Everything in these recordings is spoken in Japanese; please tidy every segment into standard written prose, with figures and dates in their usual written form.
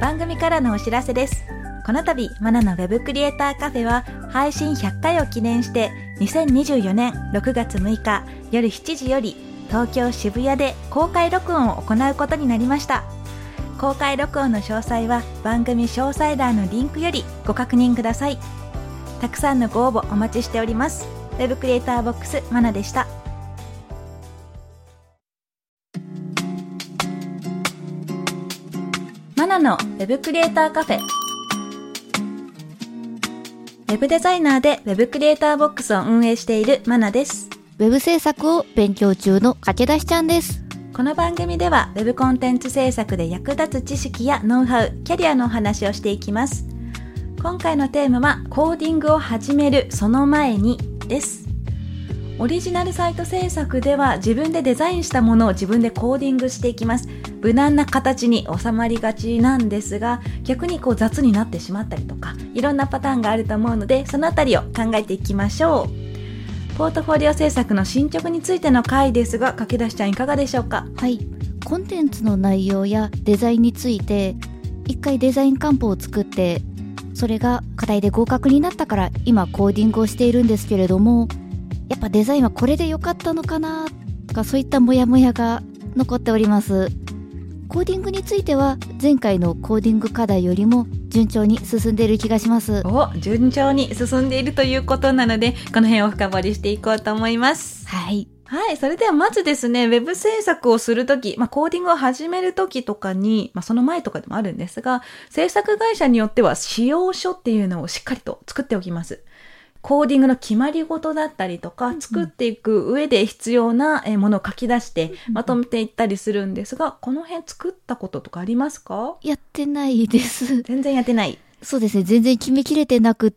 番組からのお知らせです。この度マナのウェブクリエイターカフェは配信100回を記念して2024年6月6日夜7時より東京渋谷で公開録音を行うことになりました。公開録音の詳細は番組詳細欄のリンクよりご確認ください。たくさんのご応募お待ちしております。ウェブクリエイターボックスマナでした。マナのウェブクリエイターカフェ。ウェブデザイナーでウェブクリエイターボックスを運営しているマナです。 ウェブ制作を勉強中の駆け出しちゃんです。 この番組ではウェブコンテンツ制作で役立つ知識やノウハウ、キャリアのお話をしていきます。今回のテーマはコーディングを始めるその前にです。オリジナルサイト制作では自分でデザインしたものを自分でコーディングしていきます。無難な形に収まりがちなんですが、逆に雑になってしまったりとか、いろんなパターンがあると思うので、そのあたりを考えていきましょう。ポートフォリオ制作の進捗についての回ですが、駆け出しちゃんいかがでしょうか？ はい、コンテンツの内容やデザインについて一回デザイン漢方を作って、それが課題で合格になったから今コーディングをしているんですけれども、やっぱデザインはこれで良かったのかなとか、そういったモヤモヤが残っております。コーディングについては前回のコーディング課題よりも順調に進んでいる気がします。 順調に進んでいるということなので、この辺を深掘りしていこうと思います。はい、それではまずですね、ウェブ制作をするとき、コーディングを始めるときとかに、その前とかでもあるんですが、制作会社によっては仕様書っていうのをしっかりと作っておきます。コーディングの決まり事だったりとか、作っていく上で必要なものを書き出してまとめていったりするんですが、この辺作ったこととかありますか？ やってないです。 全然やってない。 そうですね、全然決めきれてなくって、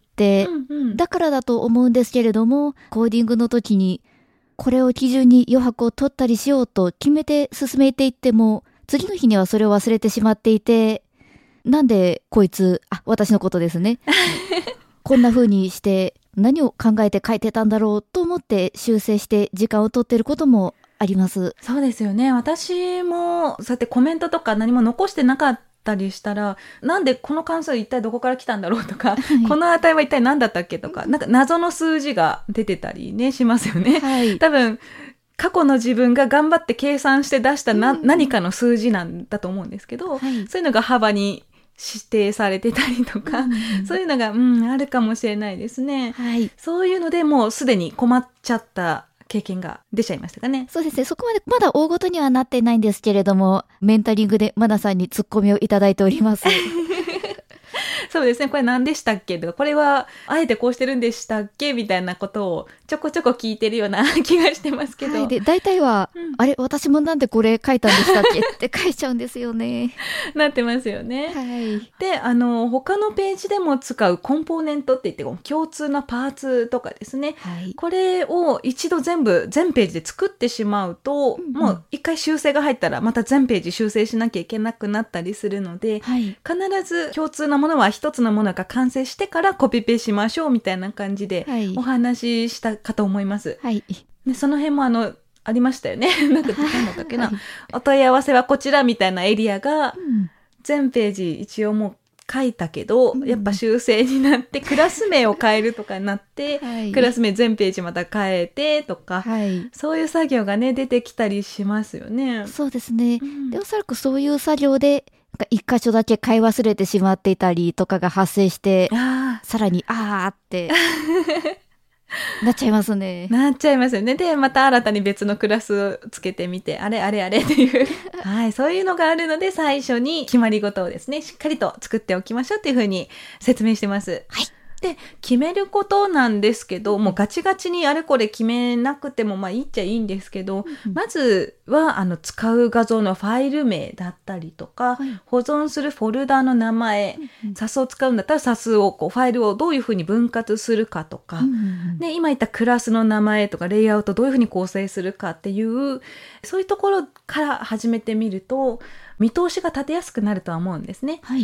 だからだと思うんですけれども、コーディングの時にこれを基準に余白を取ったりしようと決めて進めていっても、次の日にはそれを忘れてしまっていて、なんでこいつ、私のことですねこんな風にして何を考えて書いてたんだろうと思って修正して時間を取っていることもあります。 そうですよね。私もそうやってコメントとか何も残してなかったりしたら、なんでこの関数一体どこから来たんだろうとか、この値は一体何だったっけとか、なんか謎の数字が出てたりねしますよね。多分過去の自分が頑張って計算して出した何かの数字なんだと思うんですけど、そういうのが幅に指定されてたりとか、そういうのが、あるかもしれないですね。そういうのでもうすでに困っちゃった経験が出ちゃいましたかね。 そうですね、そこまでまだ大ごとにはなってないんですけれども、メンタリングでマナさんにツッコミをいただいておりますそうですね、これ何でしたっけとか、これはあえてこうしてるんでしたっけみたいなことをちょこちょこ聞いてるような気がしてますけど、 で大体は、あれ私もなんでこれ書いたんでしたっけって書いちゃうんですよねなってますよね。で、他のページでも使うコンポーネントって言って共通なパーツとかですね、これを一度全ページで作ってしまうと、もう一回修正が入ったらまた全ページ修正しなきゃいけなくなったりするので、必ず共通なものは一つのものが完成してからコピペしましょうみたいな感じでお話ししたかと思います。でその辺もありましたよねなんだったっけな、お問い合わせはこちらみたいなエリアが全ページ一応もう書いたけど、やっぱ修正になってクラス名を変えるとかになって、クラス名全ページまた変えてとか、そういう作業がね出てきたりしますよね。 そうですね、でおそらくそういう作業で一箇所だけ買い忘れてしまっていたりとかが発生して、さらにってなっちゃいますね。 なっちゃいますよね。でまた新たに別のクラスをつけてみて、あれっていうそういうのがあるので、最初に決まり事をですねしっかりと作っておきましょうっていうふうに説明してます。で決めることなんですけど、もうガチガチにあれこれ決めなくてもいいっちゃいいんですけど、まずは使う画像のファイル名だったりとか、保存するフォルダの名前、SAS を使うんだったら SAS をファイルをどういうふうに分割するかとか、で今言ったクラスの名前とかレイアウトどういうふうに構成するかっていう、そういうところから始めてみると見通しが立てやすくなるとは思うんですね。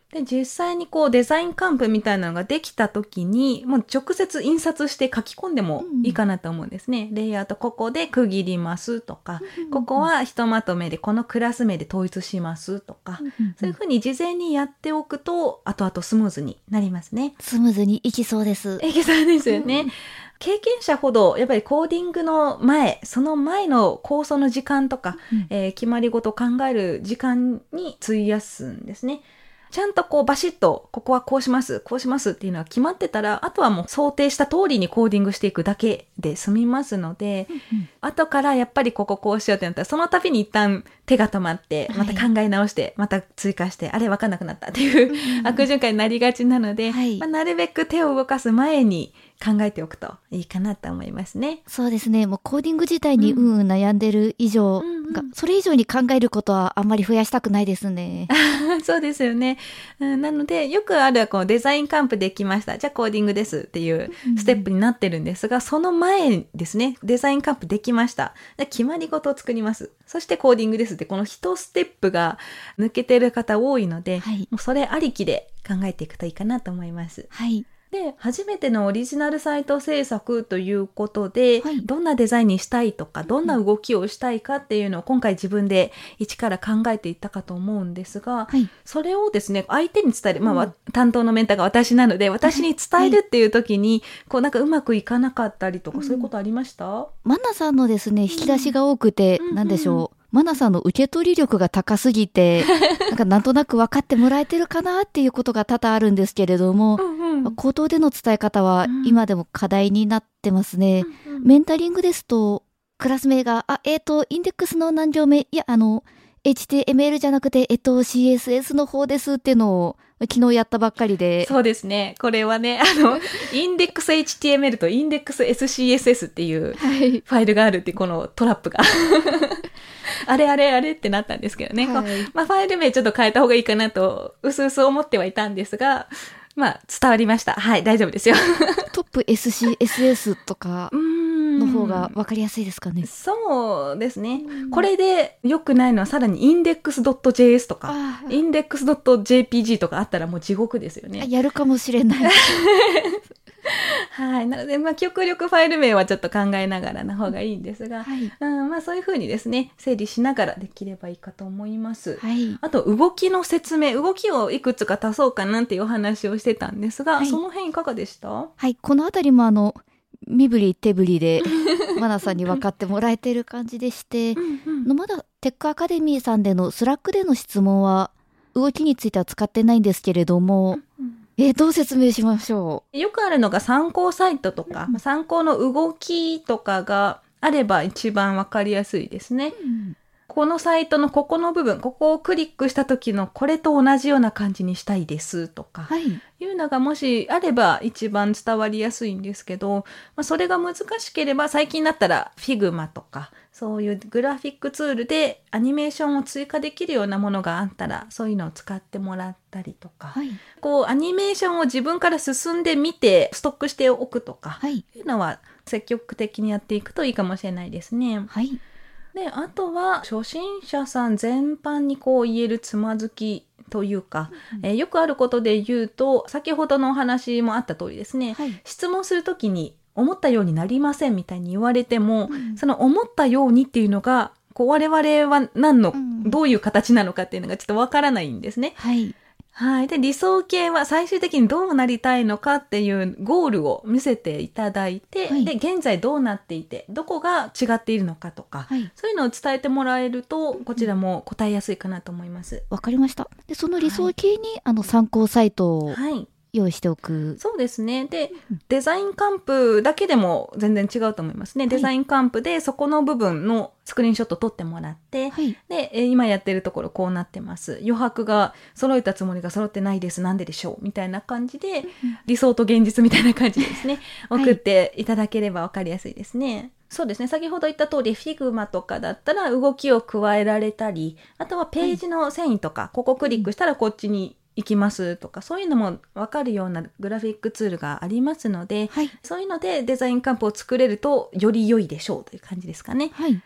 で、実際にこうデザインカンプみたいなのができた時に、もう直接印刷して書き込んでもいいかなと思うんですね。レイアウトここで区切りますとか、ここはひとまとめでこのクラス名で統一しますとか、そういうふうに事前にやっておくと、後々スムーズになりますね。 スムーズにいきそうです。 いきそうですよね。経験者ほどやっぱりコーディングの前、その前の構想の時間とか、決まり事を考える時間に費やすんですね。ちゃんとこうバシッとここはこうしますこうしますっていうのは決まってたら、あとはもう想定した通りにコーディングしていくだけで済みますので、後からやっぱりこうしようってなったら、その度に一旦手が止まってまた考え直して、また追加して、あれ分かんなくなったっていう悪循環になりがちなので、なるべく手を動かす前に考えておくといいかなと思いますね。 そうですね。もうコーディング自体に悩んでる以上、それ以上に考えることはあんまり増やしたくないですね。 そうですよね。なのでよくあるこうデザインカンプできました。じゃあコーディングですっていうステップになってるんですが、その前ですね、デザインカンプできました。決まり事を作ります。そしてコーディングですって、この一ステップが抜けてる方多いので、もうそれありきで考えていくといいかなと思います。 はい。 で、初めてのオリジナルサイト制作ということで、どんなデザインにしたいとか、どんな動きをしたいかっていうのを今回自分で一から考えていったかと思うんですが、それをですね、相手に伝える、担当のメンターが私なので、私に伝えるっていう時に、こうなんかうまくいかなかったりとか、そういうことありました？ マナさんのですね、引き出しが多くて、なんでしょう。マナさんの受け取り力が高すぎて、なんとなく分かってもらえてるかなっていうことが多々あるんですけれども、口頭での伝え方は今でも課題になってますね。メンタリングですと、クラス名が、インデックスの何行目、HTML じゃなくて、CSS の方ですっていうのを昨日やったばっかりで。 そうですね。これはね、インデックス HTML とインデックス SCSS っていうファイルがあるっていうこのトラップが。あれってなったんですけどね。ファイル名ちょっと変えた方がいいかなと、うすうす思ってはいたんですが、伝わりました。はい、大丈夫ですよ。 トップ SCSS とかの方が分かりやすいですかね。 そうですね。これで良くないのはさらに index.js とか、index.jpg とかあったらもう地獄ですよね。 やるかもしれない。 はい。なので、極力ファイル名はちょっと考えながらの方がいいんですが、そういうふうにですね、整理しながらできればいいかと思います。あと、動きの説明、動きをいくつか足そうかなっていうお話をしてたんですが、その辺いかがでした？ はい。このあたりも身振り手振りで、マナさんに分かってもらえてる感じでして、まだテックアカデミーさんでのスラックでの質問は、動きについては使ってないんですけれども、どう説明しましょう？よくあるのが参考サイトとか、参考の動きとかがあれば一番わかりやすいですね。このサイトのここの部分、ここをクリックした時のこれと同じような感じにしたいですとか、いうのがもしあれば一番伝わりやすいんですけど、それが難しければ最近だったら Figma とか、そういうグラフィックツールでアニメーションを追加できるようなものがあったら、そういうのを使ってもらったりとか、こうアニメーションを自分から進んでみてストックしておくとか、いうのは積極的にやっていくといいかもしれないですね。で、あとは初心者さん全般にこう言えるつまずきというか、よくあることで言うと、先ほどのお話もあった通りですね、質問するときに思ったようになりませんみたいに言われても、その思ったようにっていうのがこう我々はどういう形なのかっていうのがちょっとわからないんですね。で、理想形は最終的にどうなりたいのかっていうゴールを見せていただいて、で、現在どうなっていて、どこが違っているのかとか、そういうのを伝えてもらえると、こちらも答えやすいかなと思います。 わかりました。で、その理想形に、参考サイトを用意しておく。 そうですね。で、デザインカンプだけでも全然違うと思いますね。デザインカンプでそこの部分のスクリーンショット撮ってもらって、で、今やってるところこうなってます。余白が揃えたつもりが揃ってないです。なんででしょうみたいな感じで、理想と現実みたいな感じですね。送っていただければわかりやすいですね。そうですね。先ほど言った通り、Figma とかだったら動きを加えられたり、あとはページの遷移とか、ここクリックしたらこっちに行きますとか、そういうのも分かるようなグラフィックツールがありますので、そういうのでデザインカンプを作れるとより良いでしょうという感じですかね。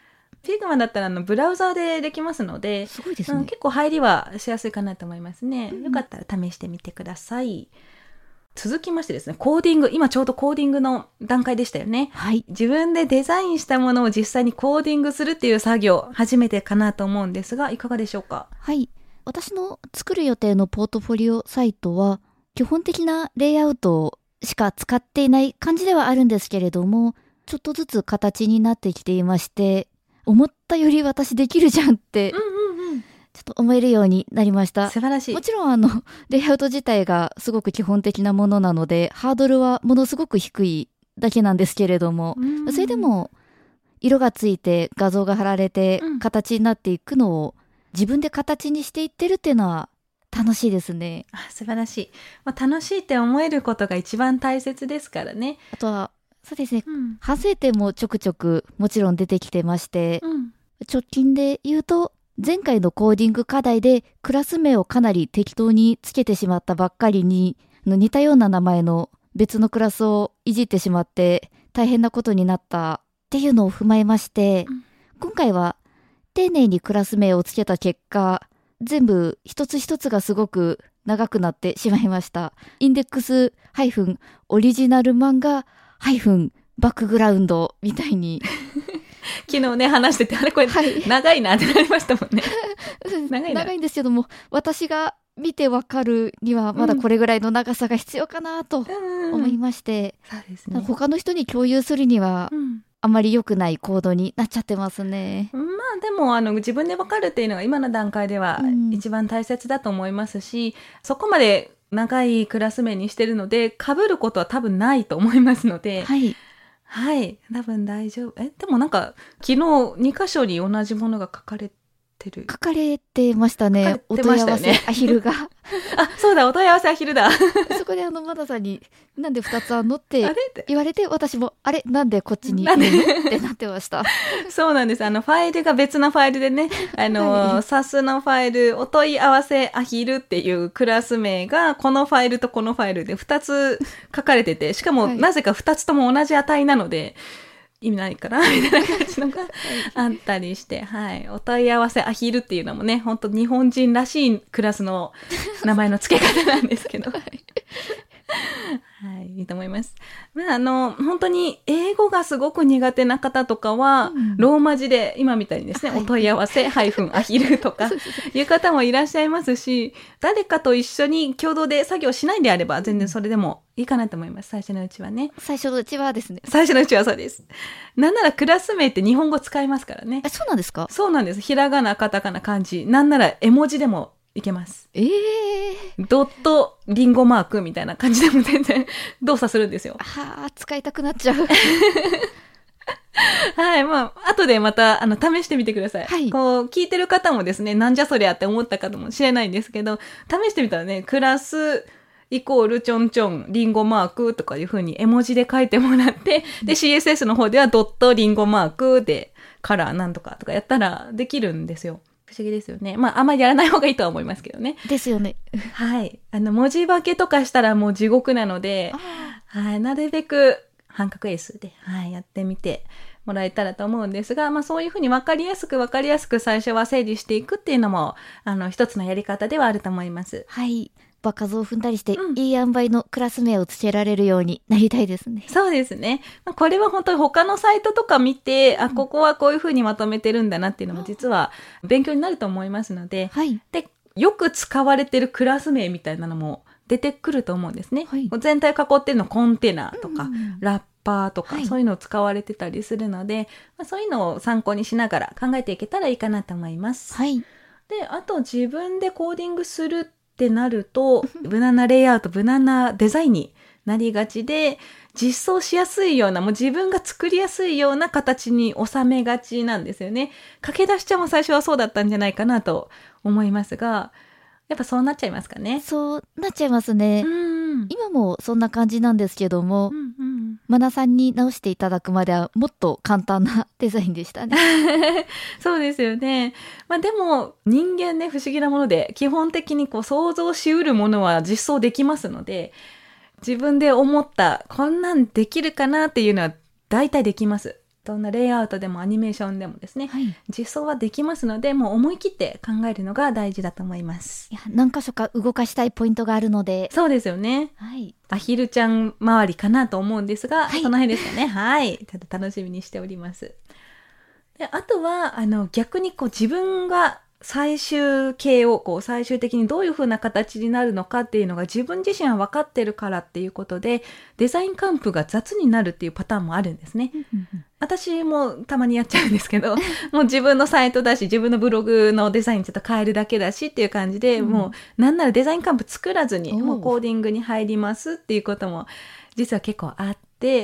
Figma だったらブラウザーでできますので、 すごいですね。 結構入りはしやすいかなと思いますね。よかったら試してみてください。続きましてですね、コーディング。今ちょうどコーディングの段階でしたよね。 はい。 自分でデザインしたものを実際にコーディングするっていう作業、初めてかなと思うんですが、いかがでしょうか？ はい。私の作る予定のポートフォリオサイトは、基本的なレイアウトしか使っていない感じではあるんですけれども、ちょっとずつ形になってきていまして、思ったより私できるじゃんって、ちょっと思えるようになりました。 素晴らしい。 もちろんレイアウト自体がすごく基本的なものなので、ハードルはものすごく低いだけなんですけれども、それでも色がついて画像が貼られて形になっていくのを自分で形にしていってるっていうのは楽しいですね。 素晴らしい。楽しいって思えることが一番大切ですからね。 あとは、そうですね、反省点もちょくちょくもちろん出てきてまして、直近で言うと、前回のコーディング課題でクラス名をかなり適当につけてしまったばっかりに、似たような名前の別のクラスをいじってしまって大変なことになったっていうのを踏まえまして、今回は丁寧にクラス名をつけた結果、全部一つ一つがすごく長くなってしまいました。インデックス-オリジナル漫画-バックグラウンドみたいに昨日ね話してて、これ、長いなってなりましたもんね。 長いんですけども、私が見てわかるにはまだこれぐらいの長さが必要かなと思いまして、 そうですね、 他の人に共有するには、あまり良くないコードになっちゃってますね。 でも自分でわかるっていうのが今の段階では一番大切だと思いますし、そこまで長いクラス名にしてるので被ることは多分ないと思いますので、多分大丈夫。でも昨日2箇所に同じものが書かれてましたね。お問い合わせアヒルがそうだ、お問い合わせアヒルだ。 そこでマダさんになんで2つあんのって言われて、私もなんでこっちにってなってました。 そうなんです。ファイルが別のファイルでね、サスのファイル、お問い合わせアヒルっていうクラス名がこのファイルとこのファイルで2つ書かれてて、しかもなぜか2つとも同じ値なので、意味ないかなみたいな感じのがあったりして、お問い合わせアヒルっていうのもね、本当日本人らしいクラスの名前の付け方なんですけどいいと思います。本当に英語がすごく苦手な方とかは、ローマ字で今みたいにですね、お問い合わせ-アヒルとかいう方もいらっしゃいますし、誰かと一緒に共同で作業しないんであれば全然それでもいいかなと思います。最初のうちはね。 最初のうちはですね。 最初のうちはそうです。なんならクラス名って日本語使いますからね。 そうなんですか？ そうなんです。ひらがな、カタカナ、漢字。なんなら絵文字でもいけます。ドットリンゴマークみたいな感じでも全然動作するんですよ。 使いたくなっちゃう。 後でまた試してみてください。聞いてる方もですね、なんじゃそりゃって思った方もしれないんですけど、試してみたらね、クラスイコールちょんちょんリンゴマークとかいう風に絵文字で書いてもらって、で CSS の方ではドットリンゴマークでカラーなんとかとかやったらできるんですよ。不思議ですよね。あんまりやらない方がいいとは思いますけどね。 ですよね。 文字化けとかしたらもう地獄なので、なるべく半角英数で、やってみてもらえたらと思うんですが、そういうふうに分かりやすく最初は整理していくっていうのも、一つのやり方ではあると思います。 場数を踏んだりして、いい塩梅のクラス名をつけられるようになりたいですね。 そうですね。これは本当に他のサイトとか見て、ここはこういうふうにまとめてるんだなっていうのも実は勉強になると思いますので、で、よく使われてるクラス名みたいなのも出てくると思うんですね。全体を囲ってるのコンテナとか、ラッパーとか、そういうのを使われてたりするので、そういうのを参考にしながら考えていけたらいいかなと思います。で、あと自分でコーディングするってなると、無難なレイアウト、無難なデザインになりがちで、実装しやすいような、もう自分が作りやすいような形に収めがちなんですよね。駆け出しちゃんも最初はそうだったんじゃないかなと思いますが、やっぱそうなっちゃいますかね。 そうなっちゃいますね。今もそんな感じなんですけども、マナさんに直していただくまではもっと簡単なデザインでしたね。 そうですよね。でも人間ね、不思議なもので、基本的に想像しうるものは実装できますので、自分で思ったこんなんできるかなっていうのは大体できます。 どんなレイアウトでもアニメーションでもですね、実装はできますので、もう思い切って考えるのが大事だと思います。 いや、何箇所か動かしたいポイントがあるので。 そうですよね。アヒルちゃん周りかなと思うんですが、その辺ですかね。ちょっと楽しみにしております。で、あとは逆に自分が最終形を最終的にどういう風な形になるのかっていうのが自分自身は分かってるからっていうことで、デザインカンプが雑になるっていうパターンもあるんですね。私もたまにやっちゃうんですけど、もう自分のサイトだし、自分のブログのデザインちょっと変えるだけだしっていう感じで、もうなんならデザインカンプ作らずにもうコーディングに入りますっていうことも実は結構あって、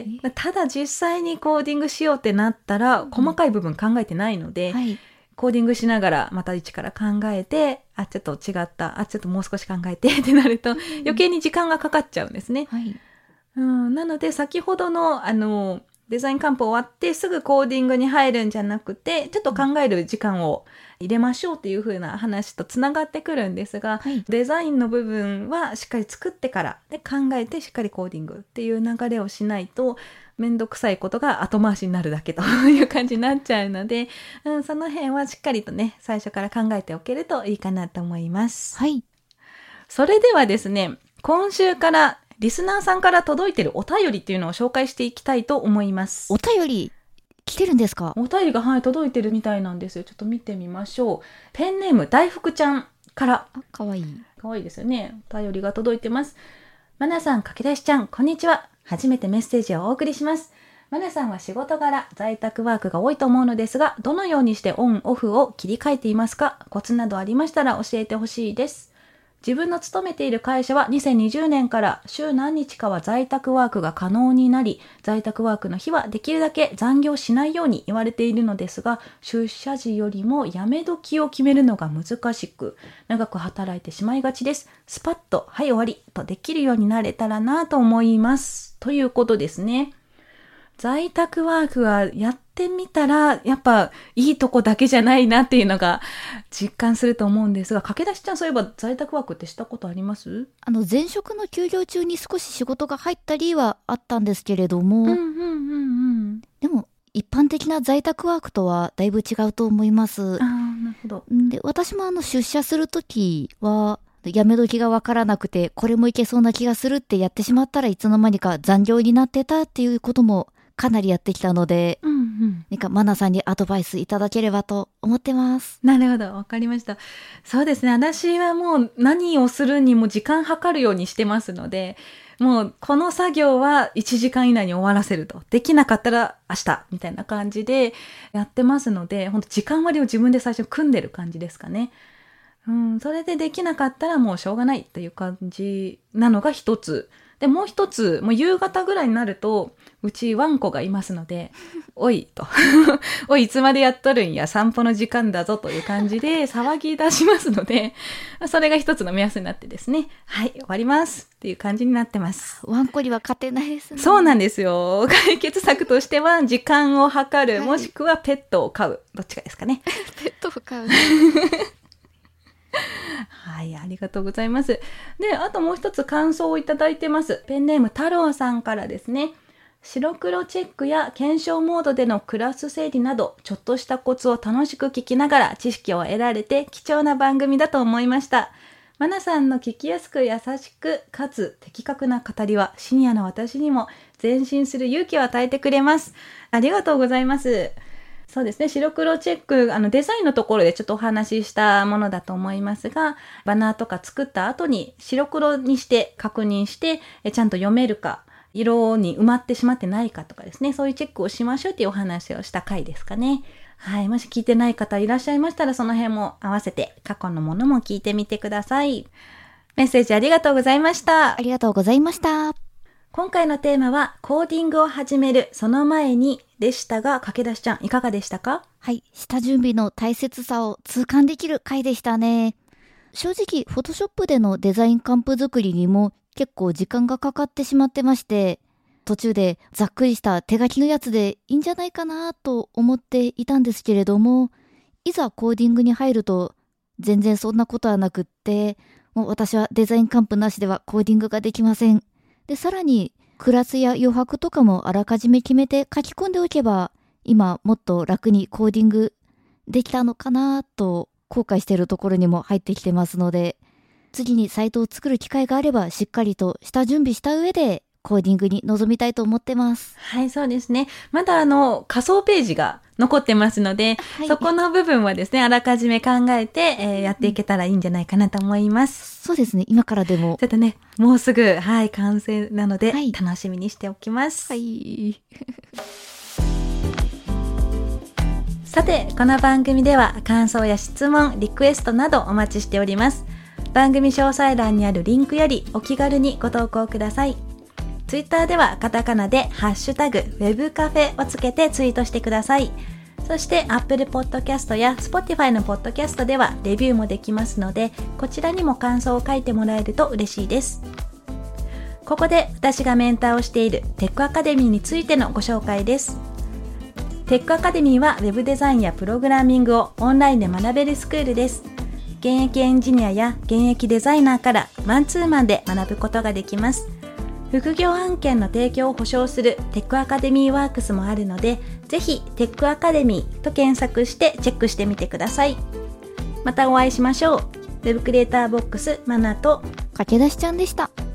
ただ実際にコーディングしようってなったら細かい部分考えてないので、コーディングしながらまた一から考えて、ちょっと違った、ちょっともう少し考えてってなると余計に時間がかかっちゃうんですね。なので先ほどのデザインカンプ終わってすぐコーディングに入るんじゃなくて、ちょっと考える時間を入れましょうっていう風な話とつながってくるんですが、デザインの部分はしっかり作ってからで考えてしっかりコーディングっていう流れをしないと、めんどくさいことが後回しになるだけという感じになっちゃうので、その辺はしっかりとね、最初から考えておけるといいかなと思います。それではですね、今週からリスナーさんから届いているお便りっていうのを紹介していきたいと思います。 お便り来てるんですか？ お便りが届いてるみたいなんですよ。ちょっと見てみましょう。ペンネーム大福ちゃんから。 かわいい。 かわいいですよね。お便りが届いてます。マナさん、駆け出しちゃん、こんにちは。初めてメッセージをお送りします。マナさんは仕事柄、在宅ワークが多いと思うのですが、どのようにしてオンオフを切り替えていますか？コツなどありましたら教えてほしいです。自分の勤めている会社は2020年から週何日かは在宅ワークが可能になり、在宅ワークの日はできるだけ残業しないように言われているのですが、出社時よりも辞め時を決めるのが難しく、長く働いてしまいがちです。スパッと、はい終わりとできるようになれたらなと思います。ということですね。在宅ワークはやってみたら、やっぱいいとこだけじゃないなっていうのが実感すると思うんですが、駆け出しちゃん、そういえば在宅ワークってしたことあります？ 前職の休業中に少し仕事が入ったりはあったんですけれども、でも一般的な在宅ワークとはだいぶ違うと思います。 なるほど。 で、私も出社するときは、やめ時がわからなくて、これもいけそうな気がするってやってしまったらいつの間にか残業になってたっていうこともかなりやってきたので、マナさんにアドバイスいただければと思ってます。 なるほど、わかりました。そうですね、私はもう何をするにも時間計るようにしてますので、もうこの作業は1時間以内に終わらせると。できなかったら明日みたいな感じでやってますので、本当時間割を自分で最初組んでる感じですかね。それでできなかったらもうしょうがないという感じなのが一つ。で、もう一つ、もう夕方ぐらいになると、うちワンコがいますので、おいと。おい、いつまでやっとるんや、散歩の時間だぞという感じで騒ぎ出しますので、それが一つの目安になってですね、はい、終わりますっていう感じになってます。 ワンコには勝てないですね。 そうなんですよ。解決策としては、時間を計る、もしくはペットを飼う。どっちかですかね。 ペットを飼う。 はい、ありがとうございます。で、あともう一つ感想をいただいてます。ペンネーム太郎さんからですね。白黒チェックや検証モードでのクラス整理など、ちょっとしたコツを楽しく聞きながら知識を得られて貴重な番組だと思いました。マナさんの聞きやすく優しくかつ的確な語りはシニアの私にも前進する勇気を与えてくれます。ありがとうございます。そうですね。白黒チェック、デザインのところでちょっとお話ししたものだと思いますが、バナーとか作った後に白黒にして確認して、ちゃんと読めるか、色に埋まってしまってないかとかですね、そういうチェックをしましょうっていうお話をした回ですかね。はい。もし聞いてない方いらっしゃいましたら、その辺も合わせて過去のものも聞いてみてください。メッセージありがとうございました。 ありがとうございました。 今回のテーマはコーディングを始めるその前にでしたが、駆け出しちゃんいかがでしたか？ はい、下準備の大切さを痛感できる回でしたね。正直フォトショップでのデザインカンプ作りにも結構時間がかかってしまってまして、途中でざっくりした手書きのやつでいいんじゃないかなと思っていたんですけれども、いざコーディングに入ると全然そんなことはなくって、もう私はデザインカンプなしではコーディングができません。で、さらにクラスや余白とかもあらかじめ決めて書き込んでおけば、 今もっと楽にコーディングできたのかなと後悔しているところにも入ってきてますので、次にサイトを作る機会があればしっかりと下準備した上でコーディングに臨みたいと思ってます。 はい、そうですね。まだ仮想ページが残ってますので、はい、そこの部分はですね、あらかじめ考えて、やっていけたらいいんじゃないかなと思います。 そうですね、今からでも。 ちょっとね、もうすぐ、はい、完成なので、はい、楽しみにしておきます。 はい。 さて、この番組では感想や質問、リクエストなどお待ちしております。番組詳細欄にあるリンクよりお気軽にご投稿ください。ツイッターではカタカナでハッシュタグ Web カフェをつけてツイートしてください。そして Apple Podcast や Spotify のポッドキャストではレビューもできますので、こちらにも感想を書いてもらえると嬉しいです。ここで私がメンターをしているテックアカデミーについてのご紹介です。テックアカデミーは Web デザインやプログラミングをオンラインで学べるスクールです。現役エンジニアや現役デザイナーからマンツーマンで学ぶことができます。副業案件の提供を保証するテックアカデミーワークスもあるので、ぜひテックアカデミーと検索してチェックしてみてください。またお会いしましょう。ウェブクリエイターボックスマナと駆け出しちゃんでした。